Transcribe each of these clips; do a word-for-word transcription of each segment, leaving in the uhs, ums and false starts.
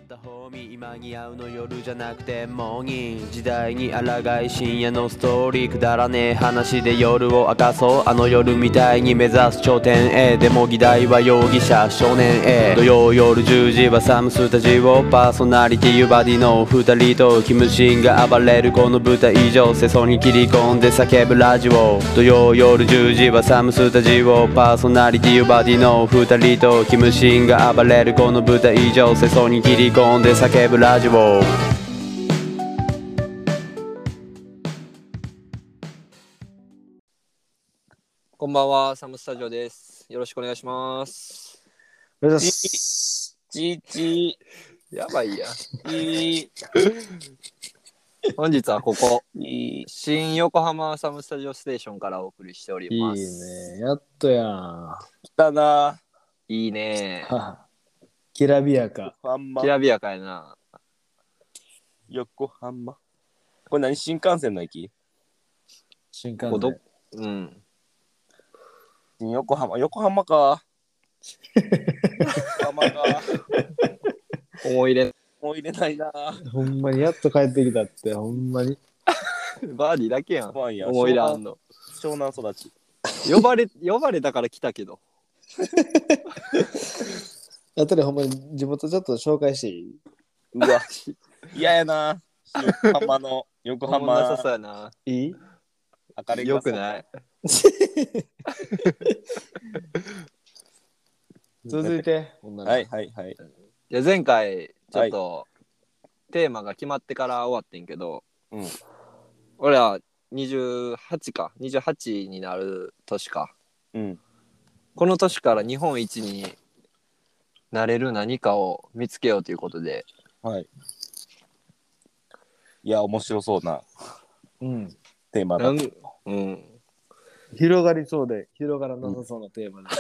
ったホーミー今に合うの夜じゃなくてモーニング時代に抗い深夜のストーリーくだらねえ話で夜を明かそうあの夜みたいに目指す頂点へでも議題は容疑者少年へ土曜夜じゅうじはサムスタジオパーソナリティバディのふたりとキムシンが暴れるこの舞台上世相に切り込んで叫ぶラジオ土曜夜じゅうじはサムスタジオパーソナリティバディのふたりとキムシンが暴れるこの舞台上世相に切り込んで叫ぶラジオこんばんは、サムスタジオです。よろしくお願いします。 お願いします。 ちちやばいや。い本日はここ新横浜サムスタジオステーションからお送りしております。 いいね、やっとやん。 来たな。いいね。 きらびやか。 きらびやかやな。 横浜。これ何新幹線の駅？ 新幹線。 ここどうん。 横浜、横浜か。横浜か。 思い入れ。 思い入れないな。 ほんまにやっと帰ってきたって、ほんまに。 バーディーだけやん。 まあいいや思い入れあんの。 湘南育ち。 呼ばれ、呼ばれたから来たけど。 あとでほんまに地元ちょっと紹介していい？ うわ、嫌やな。横浜の、横浜。 なさそうやな。 いい？ 明るい。 よくない。 続いて。 はいはいはい。 いや前回ちょっと、はい、テーマが決まってから終わってんけど、 うん、 俺はにじゅうはちかにじゅうはちになる年か、 うん、 この年から日本一になれる何かを見つけようということで、 はい。いや面白そうな、 うん、 テーマだ。 うん。 広がりそうで広がらなさそうなテーマで。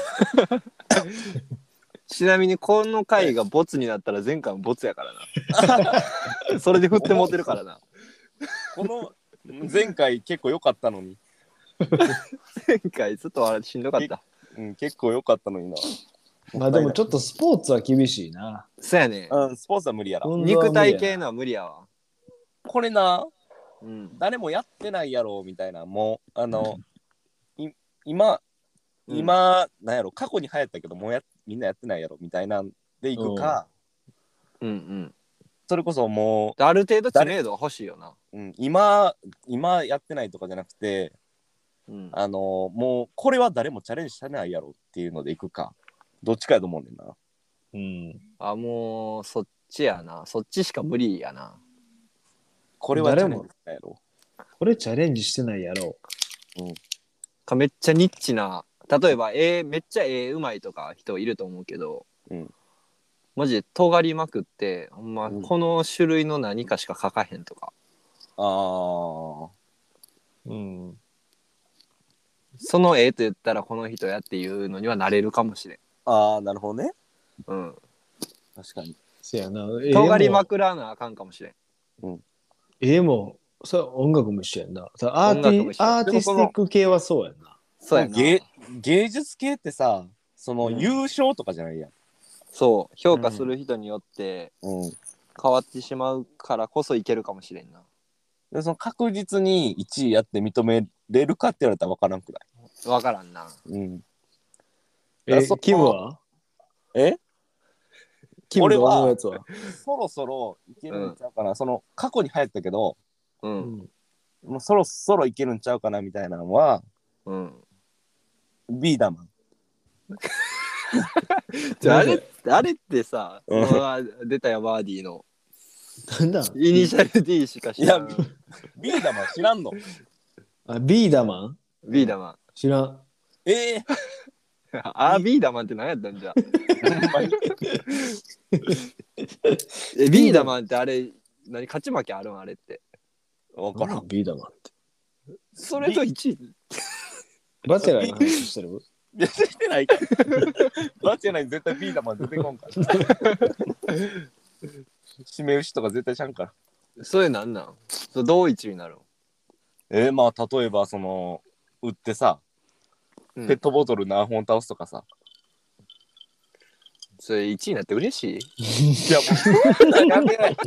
ちなみにこの回がボツになったら前回もボツやからな。それで振ってもうてるからな。 この前回結構良かったのに。 前回ちょっとあれしんどかった。 うん、結構良かったのにな。 まあでもちょっとスポーツは厳しいな。 そうやね。 うん、スポーツは無理やろ。 肉体系のは無理やわ。 これな、 うん、 誰もやってないやろみたいな、もうあの、うん、い今今、うん、なんやろ過去に流行ったけどもうやみんなやってないやろみたいなんでいくか、 うんうん、 それこそもうある程度知名度は欲しいよな。 うん、今今やってないとかじゃなくて、うん、あのもうこれは誰もチャレンジしてないやろっていうのでいくか、どっちかやと思うねんな。 うん、あもうそっちやな、そっちしか無理やな。 これはチャレンジしてないやろ。 これチャレンジしてないやろ。 うん。かめっちゃニッチな、例えば絵めっちゃ絵うまいとか人いると思うけど、うん、マジで尖りまくってほんま、うん、この種類の何かしか描かへんとか。ああ。うん。その絵と言ったらこの人やっていうのにはなれるかもしれん。 ああ、なるほどね。 うん。 確かに。 せやな。 尖りまくらなあかんかもしれん。 うん。絵もそれ音楽も一緒やんな。アーティアーティスティック系はそうやんな。 そうやな。 芸、芸術系ってさ、その優勝とかじゃないやん。うん、 そう、評価する人によって変わってしまうからこそいけるかもしれんな。 でその確実にいちいやって認めれるかって言われたら分からんくない？ 分からんな。 うん。 え、キムは？ え？ キムが思うやつはそろそろいけるんちゃうかな、うん、その過去に流行ったけど、 うん、 もうそろそろいけるんちゃうかなみたいなのは、うん、ビーダマン。 じゃあ、あれあれってさ、うん、出たよバーディーのなんだイニシャル D しか知らん。いやビーダマン知らんの？ あビーダマン？ ビーダマン知らん。 えーあービーダマンって何やったんじゃえビーダマンってあれ何勝ち負けあるんあれって分からん。 ビーダマンってそれといちいバチェラーの話してる？ いやしてないからバチェラーに絶対ビーダマン出てこんから締め牛とか絶対ちゃんから。 それなんなん？それどういちいになるの？ えー、まあ例えばその売ってさ、ペットボトル何本倒すとかさ、 それいちいになって嬉しい？ いやもうそんなん関係ない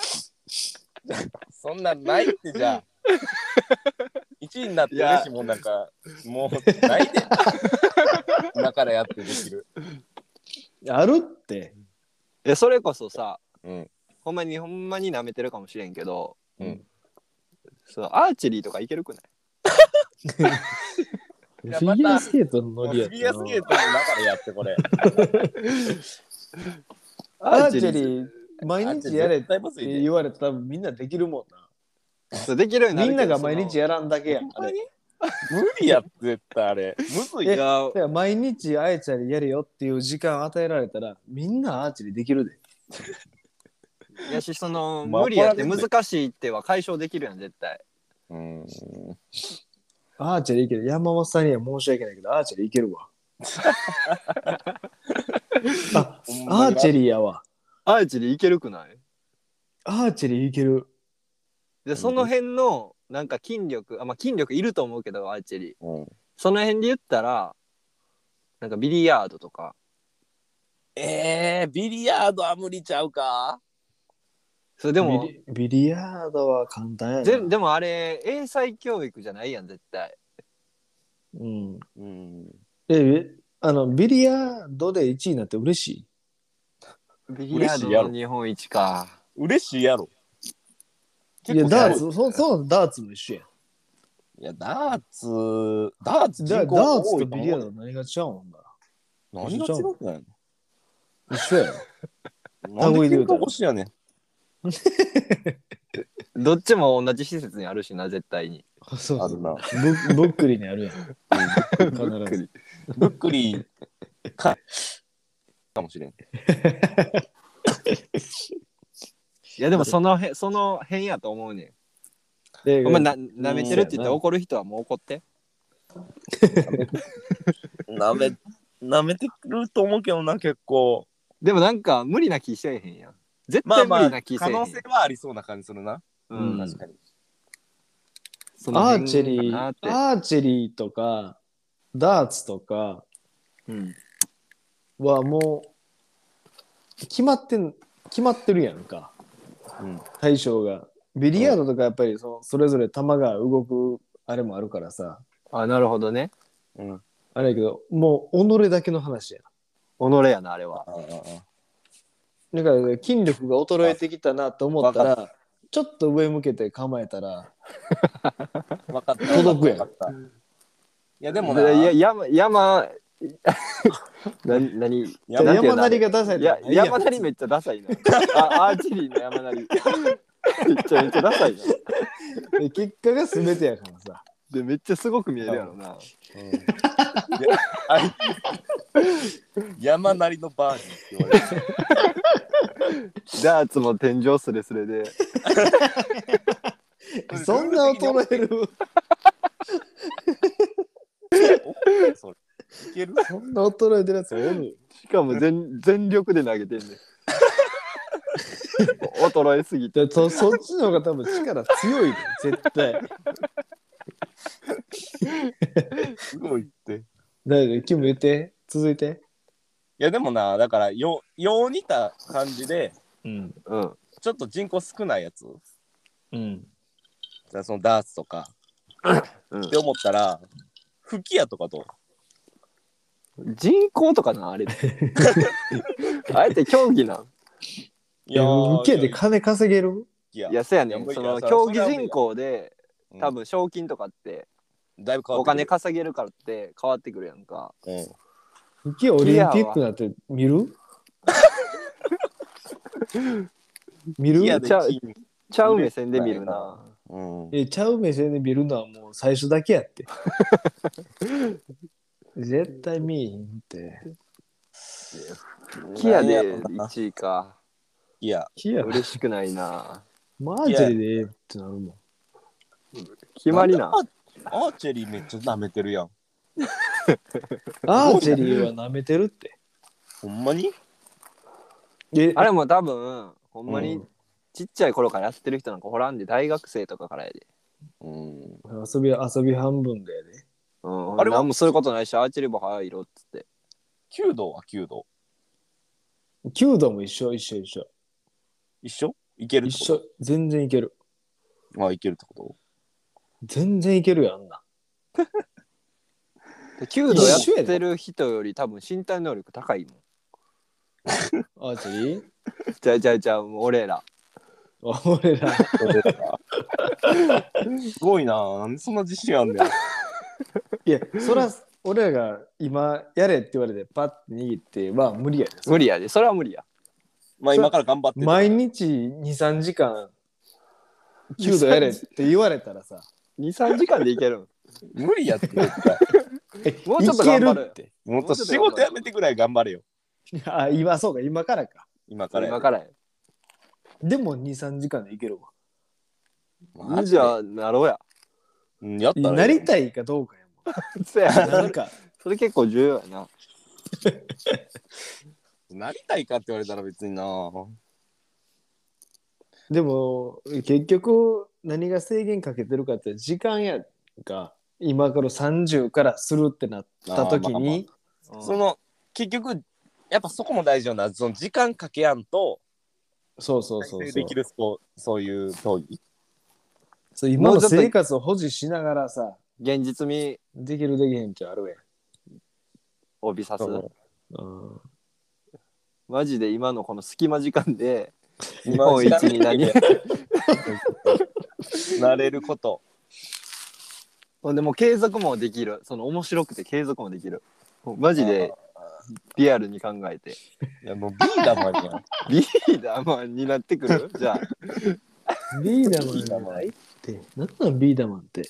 そんなんないってじゃあいちいになって嬉しいもんなんかもうないで今からやってできる。 あるって。 いやそれこそさ、 うん、 ほんまにほんまに舐めてるかもしれんけど、 うん、 そうアーチェリーとかいけるくない？ フィギュアスケートのノリやったな。 フィギュアスケートの中でやってこれ。 アーチェリー毎日やれって言われたらみんなできるもんな。 そうできるようになるけどみんなが毎日やらんだけやん。あれ無理やって絶対あれ。むずいや。だから毎日アーチェリーやれよっていう時間与えられたらみんなアーチェリーできるで。 やしその、まあ、無理やって難しいっては解消できるやん絶対。 うーん。 アーチェリーいける。山本さんには申し訳ないけどアーチェリーいけるわ。あ、アーチェリーやわ。 アーチェリーいけるくない？ アーチェリーいける。 でその辺のなんか筋力、あまあ筋力いると思うけどアーチェリー、 うん、 その辺で言ったらなんかビリヤードとか。 えー、ビリヤードは無理ちゃうか？ それでもビリ、ビリヤードは簡単やな。 ででもあれ英才教育じゃないやん絶対。 うん。 うん。 え、あのビリヤードでいちいになって嬉しい？ ビリヤードの日本一か。 嬉しいやろ。 いやダーツ、そそうダーツも一緒やん。 いやダーツダーツ人口ダーツとビリヤード何が違うんだ？ 何が違うくないの？ 一緒やろ。 なんで喧嘩腰やねん。 どっちも同じ施設にあるしな絶対に。 そうそうあるな。 ブブックリにあるやん。 ブックリブックリかかもしれん。いやでもそのへその辺やと思うねん。 でお前な舐めてるって言って怒る人はもう怒って。 舐め舐めてると思うけどな結構。 でもなんか無理な気しちゃえへんやん。絶対無理な気せえへん。 まあまあ可能性はありそうな感じするな。 うん、 確かに。 アーチェリー、アーチェリーとかダーツとかはもう決まってん決まってるやんか、うん、対象が。ビリヤードとかやっぱり そ, それぞれ球が動くあれもあるからさ。 あ、なるほどね。 うん。あれやけどもう己だけの話や。 己やなあれは。 だから、ね、筋力が衰えてきたなと思ったらちょっと上向けて構えたら分かった届くやん。 いやでもな、 いや山山な何山なりがダサいとかいや山なりめっちゃダサいな。あアーチェリーの山なりめっちゃめっちゃダサいな。 結果が全てやからさ。 でめっちゃすごく見えるやろな。うん、 山なりのバージョンって言われる。 ダーツも天井スレスレで。 そんな衰える。 それいける？ そんな衰えてるやつおる？ しかも 全, 全力で投げてんねん。衰えすぎて。 そ, そっちの方が多分力強いで絶対。 すごいって。 だからキム言って続いて。 いやでもな、だからよよう似た感じで、 うんうん、ちょっと人口少ないやつ、 うん、 じゃあそのダーツとか、うん、って思ったら吹き矢とかと人口とかなあれあえて競技なん。 いや吹き矢で金稼げる？ いや、いやそうやねん。その競技人口で多分賞金とかってだいぶお金稼げるからって変わってくるやんか。 うん。 吹き矢オリンピックなんて見る？見る？ ちゃうちゃう目線で見るな。 うん、えちゃう目線で見るのはもう最初だけやって。絶対見えへんって。 キヤでいちいか。 いや、 嬉しくないな。 マーチェリーでええってなるもん。 決まりな。 アーチェリーめっちゃ舐めてるやん。 アーチェリーは舐めてるって。 ほんまに？ えあれも多分ほんまにちっちゃい頃からやってる人なんかほらんで大学生とかからやで。 うん、遊び遊び半分でやで。 うん、あれはもうそういうことないしアーチェリー部入ろっつって。 弓道は弓道。 弓道も一緒一緒一緒一緒いけるってこと一緒全然いけるまあいけるってこと全然いけるよあんな弓道やってる人より多分身体能力高いもん。 アーチェリーじゃあじゃあじゃあもう俺ら。 俺らすごいな。なんでそんな自信あんねん。 いやそら俺らが今やれって言われてパッて握っては無理やで無理やで。それは無理や。 まあ今から頑張ってる。 毎日 にさんじかん弓道やれって言われたらさにさんじかんでいけるん。 無理やって。 もうちょっと頑張るいけるってもっと仕事辞めてぐらい頑張れよ。 あ今そうか今からか今からや。 今からや。 でもにさんじかんでいけるわマジでじゃあなろうや。 うんやったらなりたいかどうかやそうやもんな。 なんかそれ結構重要やな。 なりたいかって言われたら別にな。 でも結局何が制限かけてるかって時間やんか今からさんじゅうからするってなった時にその結局やっぱそこも大事よな。その時間かけやんとそうそうそうそうできるスポそういう競技。 そう今の生活を保持しながらさ現実味できるできへんちゃあるやん帯さす。 うんマジで今のこの隙間時間で日今本一になりなれること。 ほんでもう継続もできる。その面白くて継続もできる。もうマジでリアルに考えて。 いやもうビーダーマンやん。 リーダーマンになってくるじゃあ。 ビーダマンじゃないって何なんビーダマンって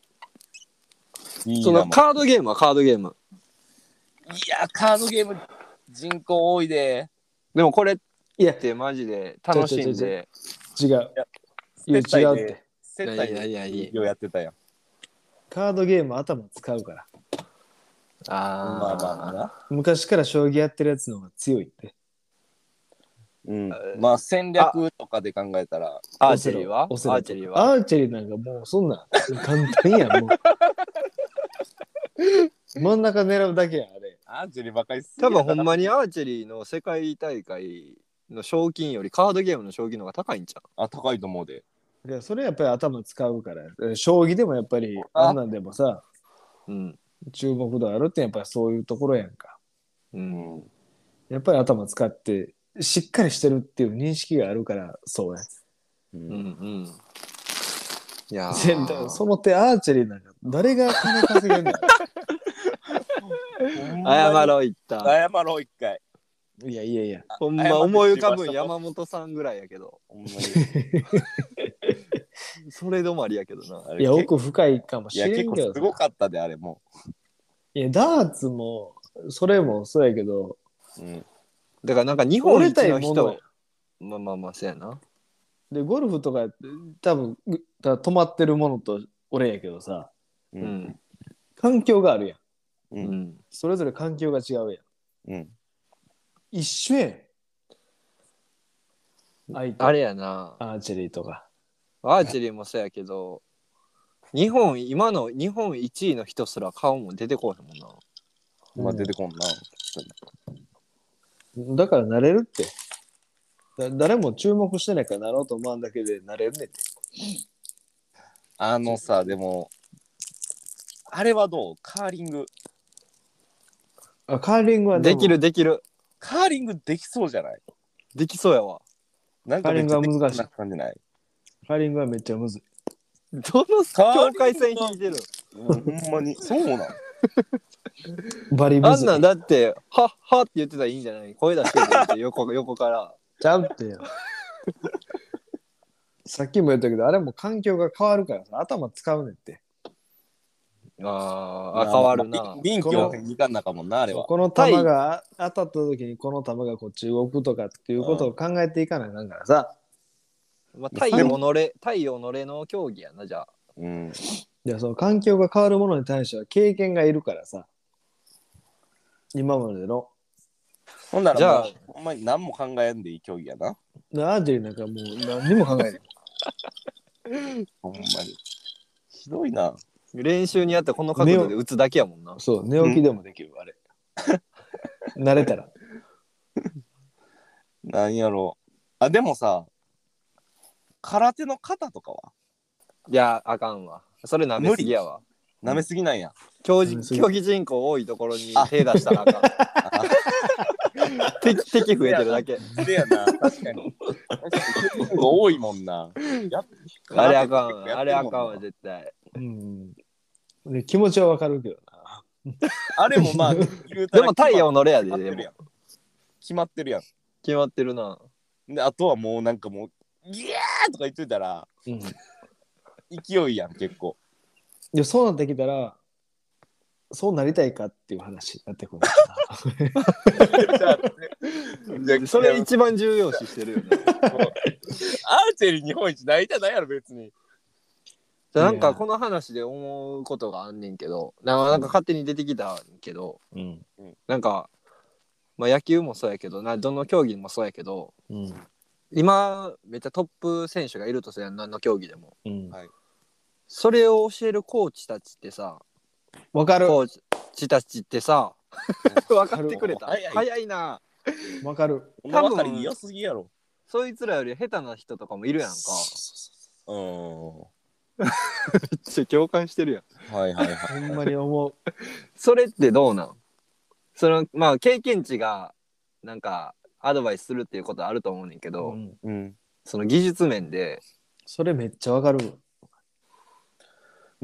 そのカードゲームはカードゲーム。 いやカードゲーム人口多いで。 でもこれっいやてマジで楽しんで。 違ういや違うって接待いやいやいやいでようやってたやん。 カードゲーム頭使うからあまあまあまあな。 昔から将棋やってるやつの方が強いってうん。まあ戦略とかで考えたら。 アーチェリーはアオセローチェリーはアーチェリーなんかもうそんな簡単やんもう真ん中狙うだけやんあれアーチェリーばかりすぎ多分ほんまにアーチェリーの世界大会の賞金よりカードゲームの賞金の方が高いんちゃあ高いと思うで。 いやそれやっぱり頭使うから将棋でもやっぱりああんなんでもさう。うん。 注目度あるってやっぱりそういうところやんかうん。 やっぱり頭使ってしっかりしてるっていう認識があるからそうやうんうんうん。いや全ー然その手アーチェリーなんか誰が金稼げんの謝ろういった。 謝ろう一回。 いやいやいやほんま思い浮かぶん山本さんぐらいやけど。 ほんまに。 それ止まりやけどな。 あれいや奥深いかもしいや結構れんけどすごかったであれも。 いやダーツもそれもそうやけどうん。 だからなんか日本一の折れたいもの人や。 まあまあまあそうやな。 でゴルフとか多分だ止まってるものと俺やけどさう。 うんん。 環境があるやんう。 うんん。 それぞれ環境が違うやんうん。 一緒やん相手あれやな。 アーチェリーとかアーチェリーもそうやけど、日本今の日本一位の人すら顔も出てこへんもんな。 まあ出てこんな。 だからなれるってだ誰も注目してないからなろうと思わんだけでなれるねんってあのさでもあれはどう？カーリング。 あカーリングはできるでできる。 カーリングできそうじゃない？ できそうやわ。 なんかめっちゃできそうな感じない？ カーリングはめっちゃむずいどの境界線引いてるほんまにそうなん。 バリむずいあんなんだって「はっは」って言ってたらいいんじゃない？声出してるって横横から。 ちゃうってよさっきも言ったけどあれも環境が変わるからさ頭使うねんってあーあ変わるな。 臨機応変にいかんなかもんなあれは。 この球が当たった時にこの球がこっち動くとかっていうことを考えていかないかんからさまあ、対己対己の競技やなじゃあ。 うん。 でその環境が変わるものに対しては経験がいるからさ今までのほんならじゃあもうほんまに何も考えんでいい競技やな。 でアーチェリーなんかもう何にも考えないほんまに。ひどいな。 練習にあってこの角度で打つだけやもんな。 そう寝起きでもできる、あれ慣れたらなんやろう。あ、でもさ、空手の型とかはいやあかんわ。それ舐めすぎやわ。 舐めすぎなんや。 競舐めすぎ技競技人口多いところに手出したらあかん。敵敵増えてるだけ。 でやな、確かに。多いもんな。やあれあかんわ。 やあれあかんわ、絶対。 うん。で気持ちはわかるけどな。 あれもまあ、言うたらでも太陽のレアで、でも決まってるやん。決まってるやん。 決まってるな。 で、あとはもうなんかもう、ギャーとか言っといたら、 うん。い勢いやん、結構。 や、そうなってきたら、そうなりたいかっていう話になってくる。 それ一番重要視してるよね。 アーチェリー日本一なりたないやろ、別に。 なんかこの話で思うことがあんねんけど、なんか勝手に出てきたけど、 うん。 なんか、まあ、野球もそうやけどな、どの競技もそうやけど、 うん。 今めっちゃトップ選手がいるとするやん、何の競技でも。 うん。 それを教えるコーチたちってさ、 わかる。 コーチたちってさ、分かってくれた。 早い早いな。 わかる。 多分分かり良すぎやろ。 そいつらより下手な人とかもいるやんか。 うん。 めっちゃ共感してるやん。 はいはいはほんまに思う。 それってどうなん？そのまあ経験値がなんかアドバイスするっていうことはあると思うねんけど、 うん。 い。うん。 その技術面でそれめっちゃわかる。 う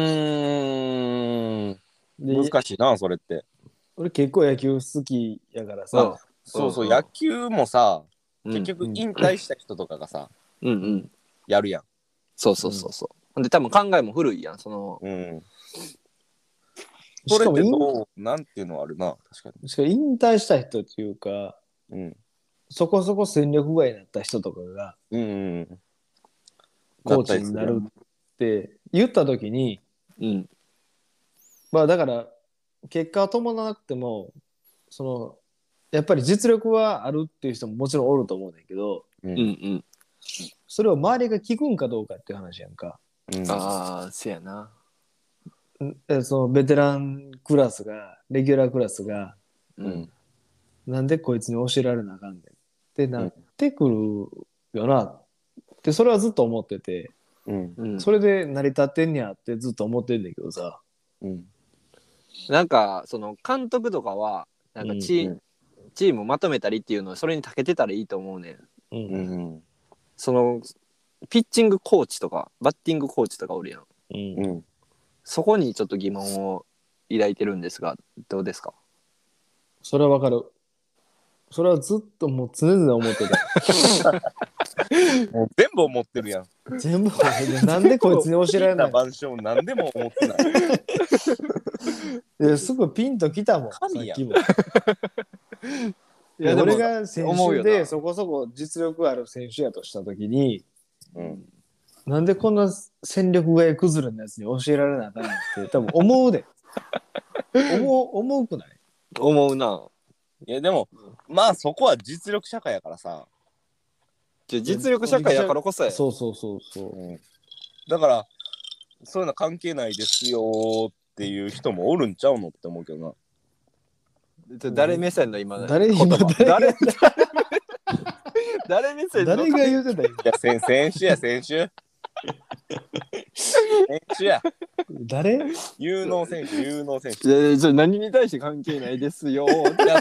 ーん。 で難しいな、それって。 俺結構野球好きやからうんさ。 そうそう、 うん野球もさ、 うん結局引退した人とかがさ、 うんうんやるやん。 そうそうそうそう。ほんで多分考えも古いやん。そのうん。それってしかも引どうなんていうのあるな、確かしかも引退した人っていうか、 に。うん。 そこそこ戦力外になった人とかがうんうんコーチになるって言った時に、 うんまあだから結果は伴わなくても、そのやっぱり実力はあるっていう人ももちろんおると思うんだけど、 うん。 うんうんそれを周りが聞くんかどうかっていう話やんか。 うん。 ああせやな。 んそのベテランクラスがレギュラークラスがうんなんでこいつに教えられなあかんねんってなってくるよなってそれはずっと思ってて、 うん。 うんそれで成り立ってんねやってずっと思ってんだけどさ。 うん。 なんかその監督とかはなんかチ,、 うんチームをまとめたりっていうのはそれに長けてたらいいと思うねん。 うんうん。 そのピッチングコーチとかバッティングコーチとかおるやん。 うんうん。 そこにちょっと疑問を抱いてるんですがどうですか？ それはわかる。それはずっともう常々思ってた。 もう全部思ってるやん。 全部なんでこいつに教えられないの。 万象何でも思ってない。 いやすぐピンときたもん。さっ神やきも。 いやでも俺が選手思うよなでそこそこ実力ある選手やとしたときに、 うん。 なんでこんな戦力外崩れのやつに教えられなあかんのって多分思うで。思う思うくない？ 思うな。 いやでも、まあそこは実力社会やからさ。 じゃ実力社会やからこそや。 そうそうそうそう。 うん。だから、そういうの関係ないですよーっていう人もおるんちゃうのって思うけどな。 ちょ誰目線の今誰言葉今誰誰誰目線の誰が言うてた今いや、先先週や、先週。先週や。 誰？ 有能選手、有能選手。 いやいやちょ何に対して関係ないですよってやつ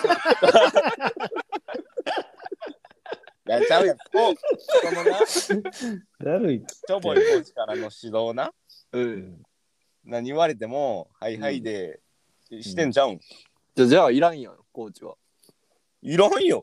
やっちゃうやん。おそのな、 だるい。 ちょぼいコーチからの指導な。 うん何言われても、はいはいで、してんちゃうん。 じゃじゃあいらんやんコーチは。 いらんよ。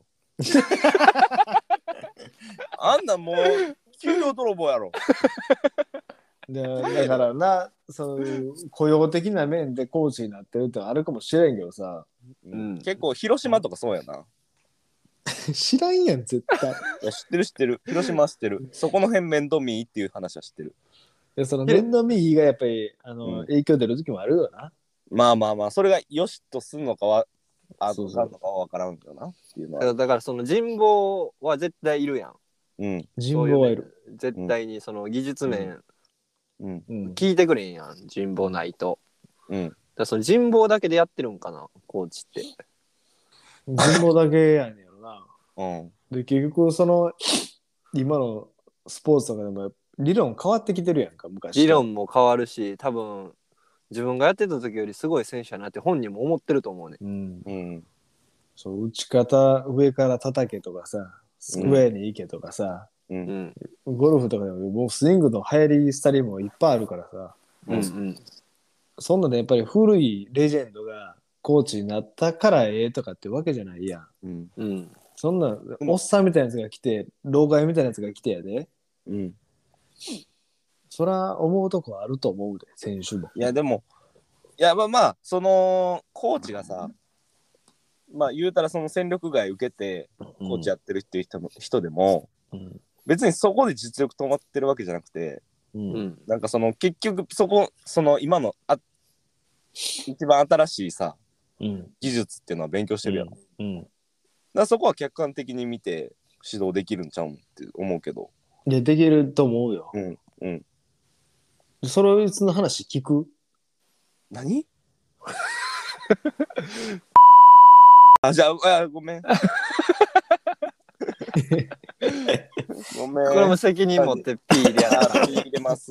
あんなんもう、給料泥棒やろ。 でだからな、そういう雇用的な面でコーチになってるってのあるかもしれんけどさ、 うん結構、広島とかそうやな。 知らんやん絶対。 いや知ってる知ってる。広島は知ってる。そこの辺面倒見いいっていう話は知ってる。 でその面倒見いいがやっぱりあの、 うん影響出る時もあるよな。 まあまあまあ、それが良しとするのかは、あそうそうかんのかは分からんけどなっていうのは。 だからだからその人望は絶対いるやん。 うん。 人望はいる。 そういう面絶対にその技術面うん。 うん。 聞いてくれんやん人望ないと。 うん。 だからその人望だけでやってるんかなコーチって。 人望だけやねんやろな。 うん。 で結局その今のスポーツとかでも理論変わってきてるやんか昔と。 理論も変わるし、多分自分がやってた時よりすごい選手やなって本人も思ってると思うね。 うんうん。 そう打ち方上から叩けとかさスクエアに行けとかさ、 う。 うんんゴルフとかでももうスイングの流行り廃りもいっぱいあるからさ、 うんうんそんなでやっぱり古いレジェンドがコーチになったからええとかってわけじゃないやん。 うん。 うんそんなおっさんみたいなやつが来て老害みたいなやつが来てやで、 うん。 そら思うとこあると思うで選手も。 いや、でも、いや、まあまあ、その、コーチがさ、まあ言うたらその戦力外受けて、コーチやってるっていう人も、人でも、 うん別にそこで実力止まってるわけじゃなくて、 ううんんなんかその結局そこその今のあ一番新しいさうん技術っていうのは勉強してるやん、だかうんらそこは客観的に見て指導できるんちゃうんって思うけど。 でできると思うよ。 うんうん。 それいつの話聞く？ 何あ、じゃあ、あごめんごめん。 これも責任持って P でやったあピー入れます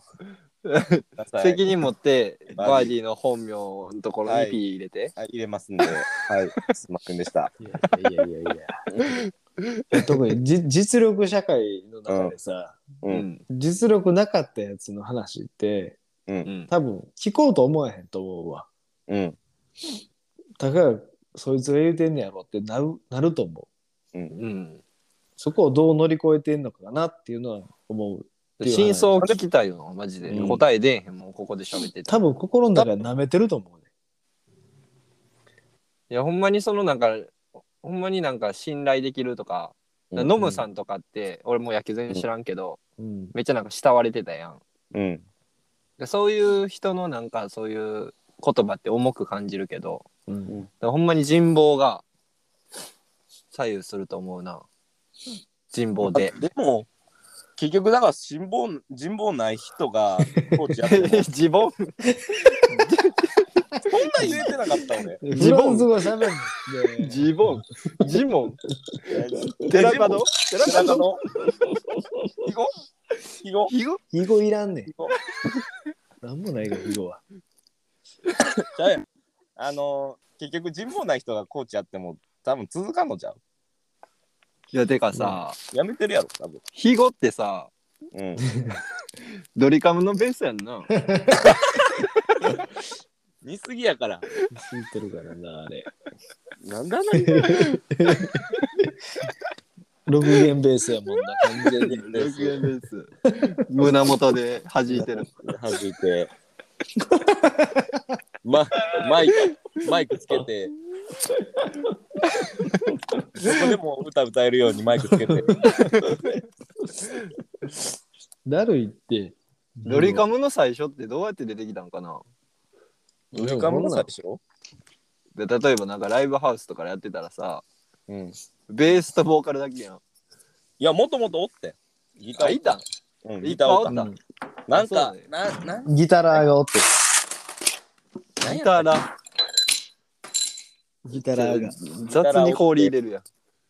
責任持ってバーディーバーディーの本名のところに P 入れて、 はい、入れますんで、はい、すいませんでした。 いやいやいやいや。特にじ実力社会の中でさ、 う。 うんん実力なかったやつの話ってう。 うんん多分聞こうと思わへんと思うわ。 うん。 だからそいつが言うてんねやろってなるなると思う。 うん。 うんそこをどう乗り越えてんのかなっていうのは思うっていう話。 真相を聞きたいよマジで、 うん答え出えへんもんここで喋ってて多分心の中で舐めてると思うね。 いやほんまにそのなんかほんまになんか信頼できるとか、 うんノムさんとかって俺も野球全然知らんけど、 うんめっちゃなんか慕われてたやん。 うん。 でそういう人のなんかそういう言葉って重く感じるけど、 うんだからほんまに人望が左右すると思うな。人望で。 でも、結局だから人望、人望ない人がコーチやっても、 自分そんな言えてなかった俺。 フランス語喋んので自分自問寺門寺寺門の肥後肥後ひご肥後いらんねん肥後なんもないが肥後は。 じゃああの結局人望ない人がコーチやっても多分続かんのじゃう。 いやてかさ、 やめてるやろ多分。 ひごってさうん。 ドリカムのベースやんな。 似すぎやから。 ついてるからなあれ。 なんだな。 六弦ベースやもんな完全に。 ログエンベース胸元で弾いてる。 弾いて。ま、マイク、マイクつけて。どこでも歌歌えるようにマイクつけて。 だるいって。 ドリカムの最初ってどうやって出てきたんかな。 ドリカムの最初？ で例えばなんかライブハウスとかでやってたらさ、 うん。 ベースとボーカルだけやん。 いや、もともとおって。ギターあいたん。 うん、 いギターおった。 っぱいおった。 なんかあそうね、 な、な、 ギタラーがおって。 ギターだ。 ギタラーが。 雑に氷入れるやん。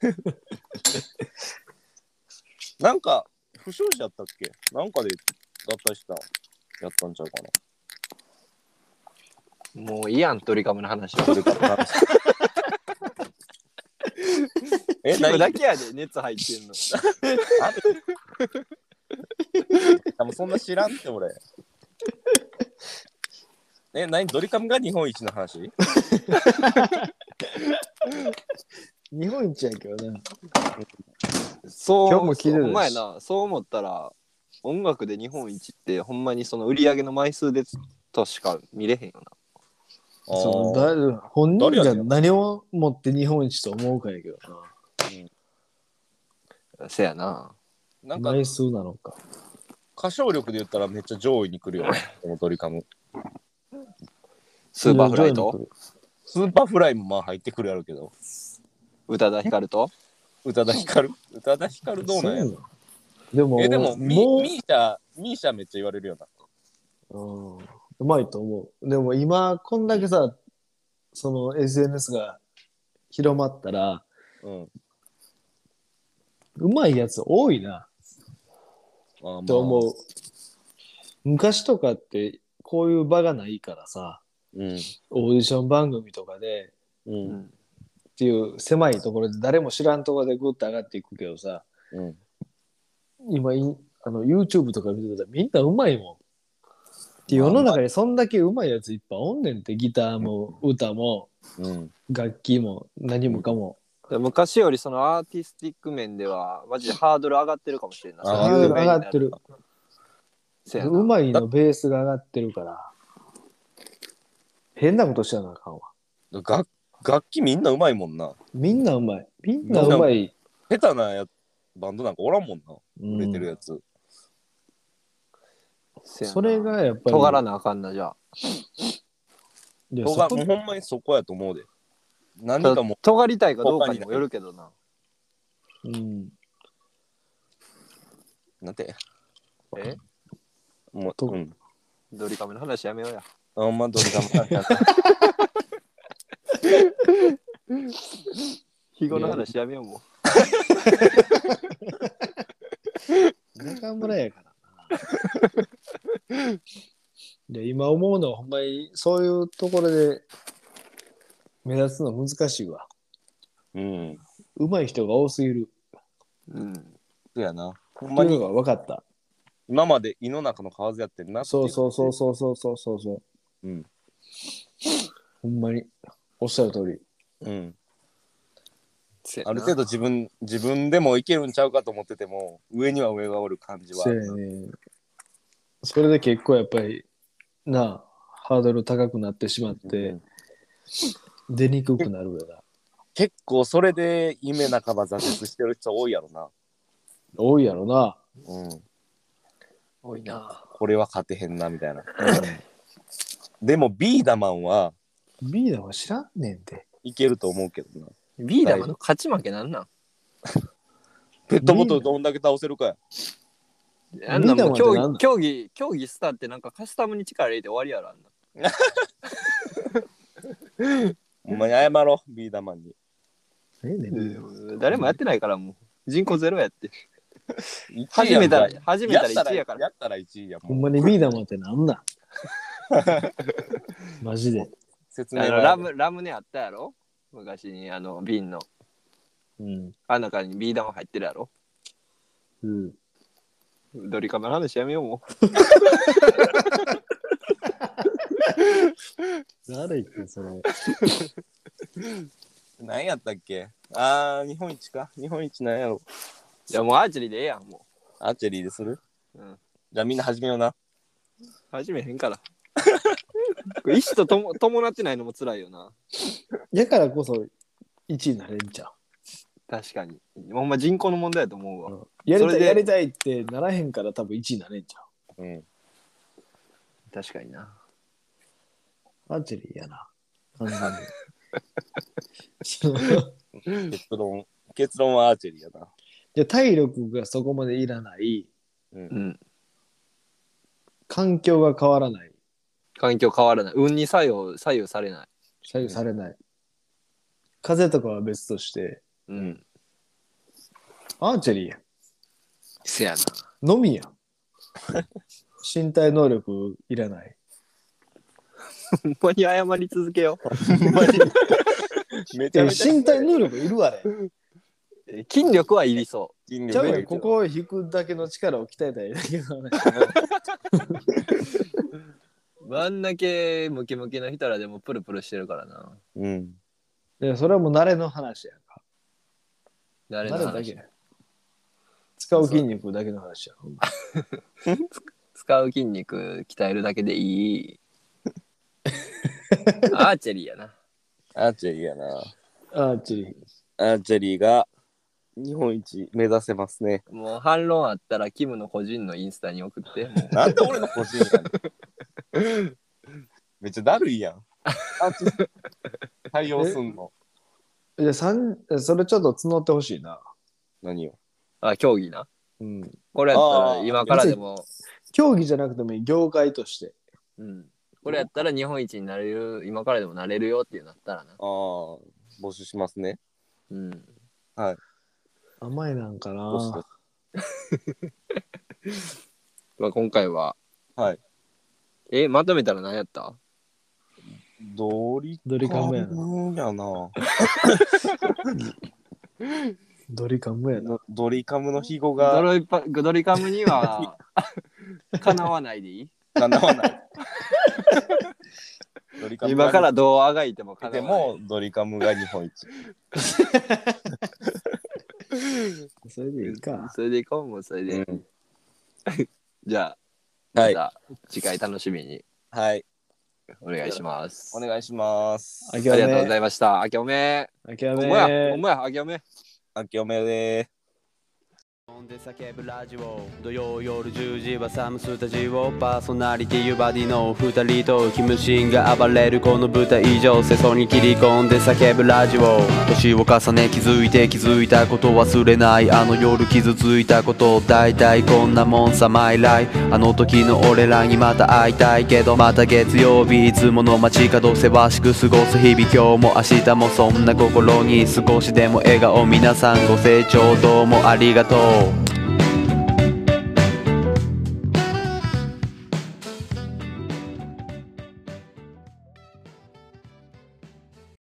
なんか、不祥事やったっけ？なんかで脱退した、やったんちゃうかな。 もういいやんドリカムの話は。 それから話え、 キム何だけやで熱入ってんの。 多分そんな知らんって俺。え、何ドリカムが日本一の話？ 日本一やけどな。 そう今日も聞いてたしほんまやな。そう思ったら音楽で日本一ってほんまにその売り上げの枚数でとしか見れへんよそうだ本人が何をもって日本一と思うかやけどな。せやな。 な。 なんか枚数なのか。 歌唱力で言ったらめっちゃ上位に来るよね、このドリカム。 スーパーフライとスーパーフライもまあ入ってくるやろうけど、 宇多田ヒカルと宇多田ヒカル宇多田ヒカルどうなんやろ。 そうなのでも、 え、でも、ミもう、 ミーシャ、ミーシャめっちゃ言われるよな。 うん、うまいと思う。でも今、こんだけさ、その エスエヌエス が広まったら、 うん。 うまいやつ多いなあーまあと思う。昔とかってこういう場がないからさ、 うんオーディション番組とかでううんんっていう狭いところで誰も知らんところでグッと上がっていくけどさ、 うん今いあの YouTube とか見てたらみんなうまいもん。で世の中にそんだけうまいやついっぱいおんねんって、ギターも歌もうん楽器も何もかも。 昔よりそのアーティスティック面ではマジでハードル上がってるかもしれんない。 あハードル上がってる。 せやな。 うまいのベースが上がってるから変なことしちゃなあかんわ。 楽楽器みんなうまいもんな。 みんなうまい。みんなうまい。 下手なやバンドなんかおらんもんな。売れてるやつ。 せやなそれがやっぱり尖らなあかんなじゃあ。 とがいやそこもうほんまにそこやと思うで。何かも尖りたいかどうかにもよるけどな。 うんなんてえもうとうん。 ドリカメの話やめようや。 あんまどれかも。 日後の話やめようも中村やからな。で今思うのはほんまにそういうところで目立つの難しいわ。 うん。 うまい人が多すぎる。 う。うん。 そうやな。ほんっていうのまにが分かった。 今まで胃の中の蛙やってるなっていそうそうそうそうそうそうそうそう。 うん。 ほんまにおっしゃる通り。 うん。 せやなある程度自分自分でもいけるんちゃうかと思ってても上には上がおる感じはあそうるな。 やね。それで結構やっぱりなあハードル高くなってしまって、 うん出にくくなるよな。 結構それで夢半ば挫折してる人多いやろな。 多いやろな。 うん。 多いな。 これは勝てへんなみたいな。でもビーダマンはビーダーは知らんねんて。 いけると思うけどな。 ビーダマの勝ち負けなんなん？ ペットボトルどんだけ倒せるかや。 あんなんもう競ビーダマンってなんなん技競技競技スターってなんかカスタムに力入れて終わりやろあんな。 ほんまに謝ろうビーダマンに。 ええねんビーダマン。 誰もやってないからもう人口ゼロやって。 いちい始やんめたら始めたらやったいちいやから。 やったらいちいやほもう。 んまにビーダマンってなんなんマジで。 あの説明はラムラムネあったやろ昔にあの瓶のうん。 あん中にビー玉入ってるやろ。 うん。 ドリカムの話やめようも誰言ってんそれ。 何やったっけ。あー日本一か。日本一なんやろ。 う。いやもうアーチェリーでええやんもアーチェリーでする。 う。うん。 じゃあみんな始めような。 始めへんから。これ意思ととも伴ってないのも辛いよな。 やからこそいちいになれんちゃ確かに。ほんま人口の問題やと思うわ。 う。やりたそれでいやりたいってならへんから多分いちいになれんちゃうん。 確かにな。 う。アーチェリーやな。完全に。 結論結論はアーチェリーやな。 で体力がそこまでいらない。 う。 うんん。 環境が変わらない。 環境変わらない。運に左右左右されない。 左右されない。風とかは別として、 うん。 アーチェリーやん。 せやな。 のみやん。身体能力いらない。 ほんまに謝り続けよめちゃえめちゃ身体能力いるあれ。 う。筋力はいりそ筋ちゃうやん、 力がいるここを引くだけの力を鍛えたらいいだけどね。 う。あんだけムキムキの人らでもプルプルしてるからな。 うん。 いや、それはもう慣れの話やんか。 誰の話慣れだけや。使う筋肉だけの話や。ほんま使う筋肉鍛えるだけでいい。アーチェリーやな。 アーチェリーやな。 アーチェリー。 アーチェリーが日本一目指せますね。 もう反論あったらキムの個人のインスタに送って。もうなんで俺の個人やねん。めっちゃだるいやん。アーチェリー対応すんの。 いや、三それちょっと募ってほしいな。 何よ。 あ、競技な。 うん。 これやったらあー今からでも、 競技じゃなくてもいい、業界として。 うん。これやったら日本一になれる、今からでもなれるよっていうなったらな。 ああ、募集しますね。 うん。 はい。 甘いなんかどうしな。 まあ今回は、 はい。 え、まとめたら何やった？ ドリドリカムやな。 ムやな。 ドリカムやな。 ドドリカムの肥後ドがロイパドリカムにはかなわないでいい？ かなわない。ドリカムが今からどうあがいてもかなでわない。 もドリカムが日本一。 それでいいか。 それでいこうもうそれで。 うん、 じゃあ、 はいまた次回楽しみにはい。 お願いします。 お願いします。 あけおめありがとうございました。あけおめ。 あけおほんまや、ほめんまや、あけおめ。 あけおめで飲んで叫ぶラジオ土曜夜じゅうじはサムスタジオパーソナリティユバディのふたりとキムシンが暴れるこの舞台以上世相に切り込んで叫ぶラジオ年を重ね気づいて気づいたこと忘れないあの夜傷ついたこと大体こんなもんさマイライあの時の俺らにまた会いたいけどまた月曜日いつもの街角せわしく過ごす日々今日も明日もそんな心に少しでも笑顔皆さんご清聴どうもありがとう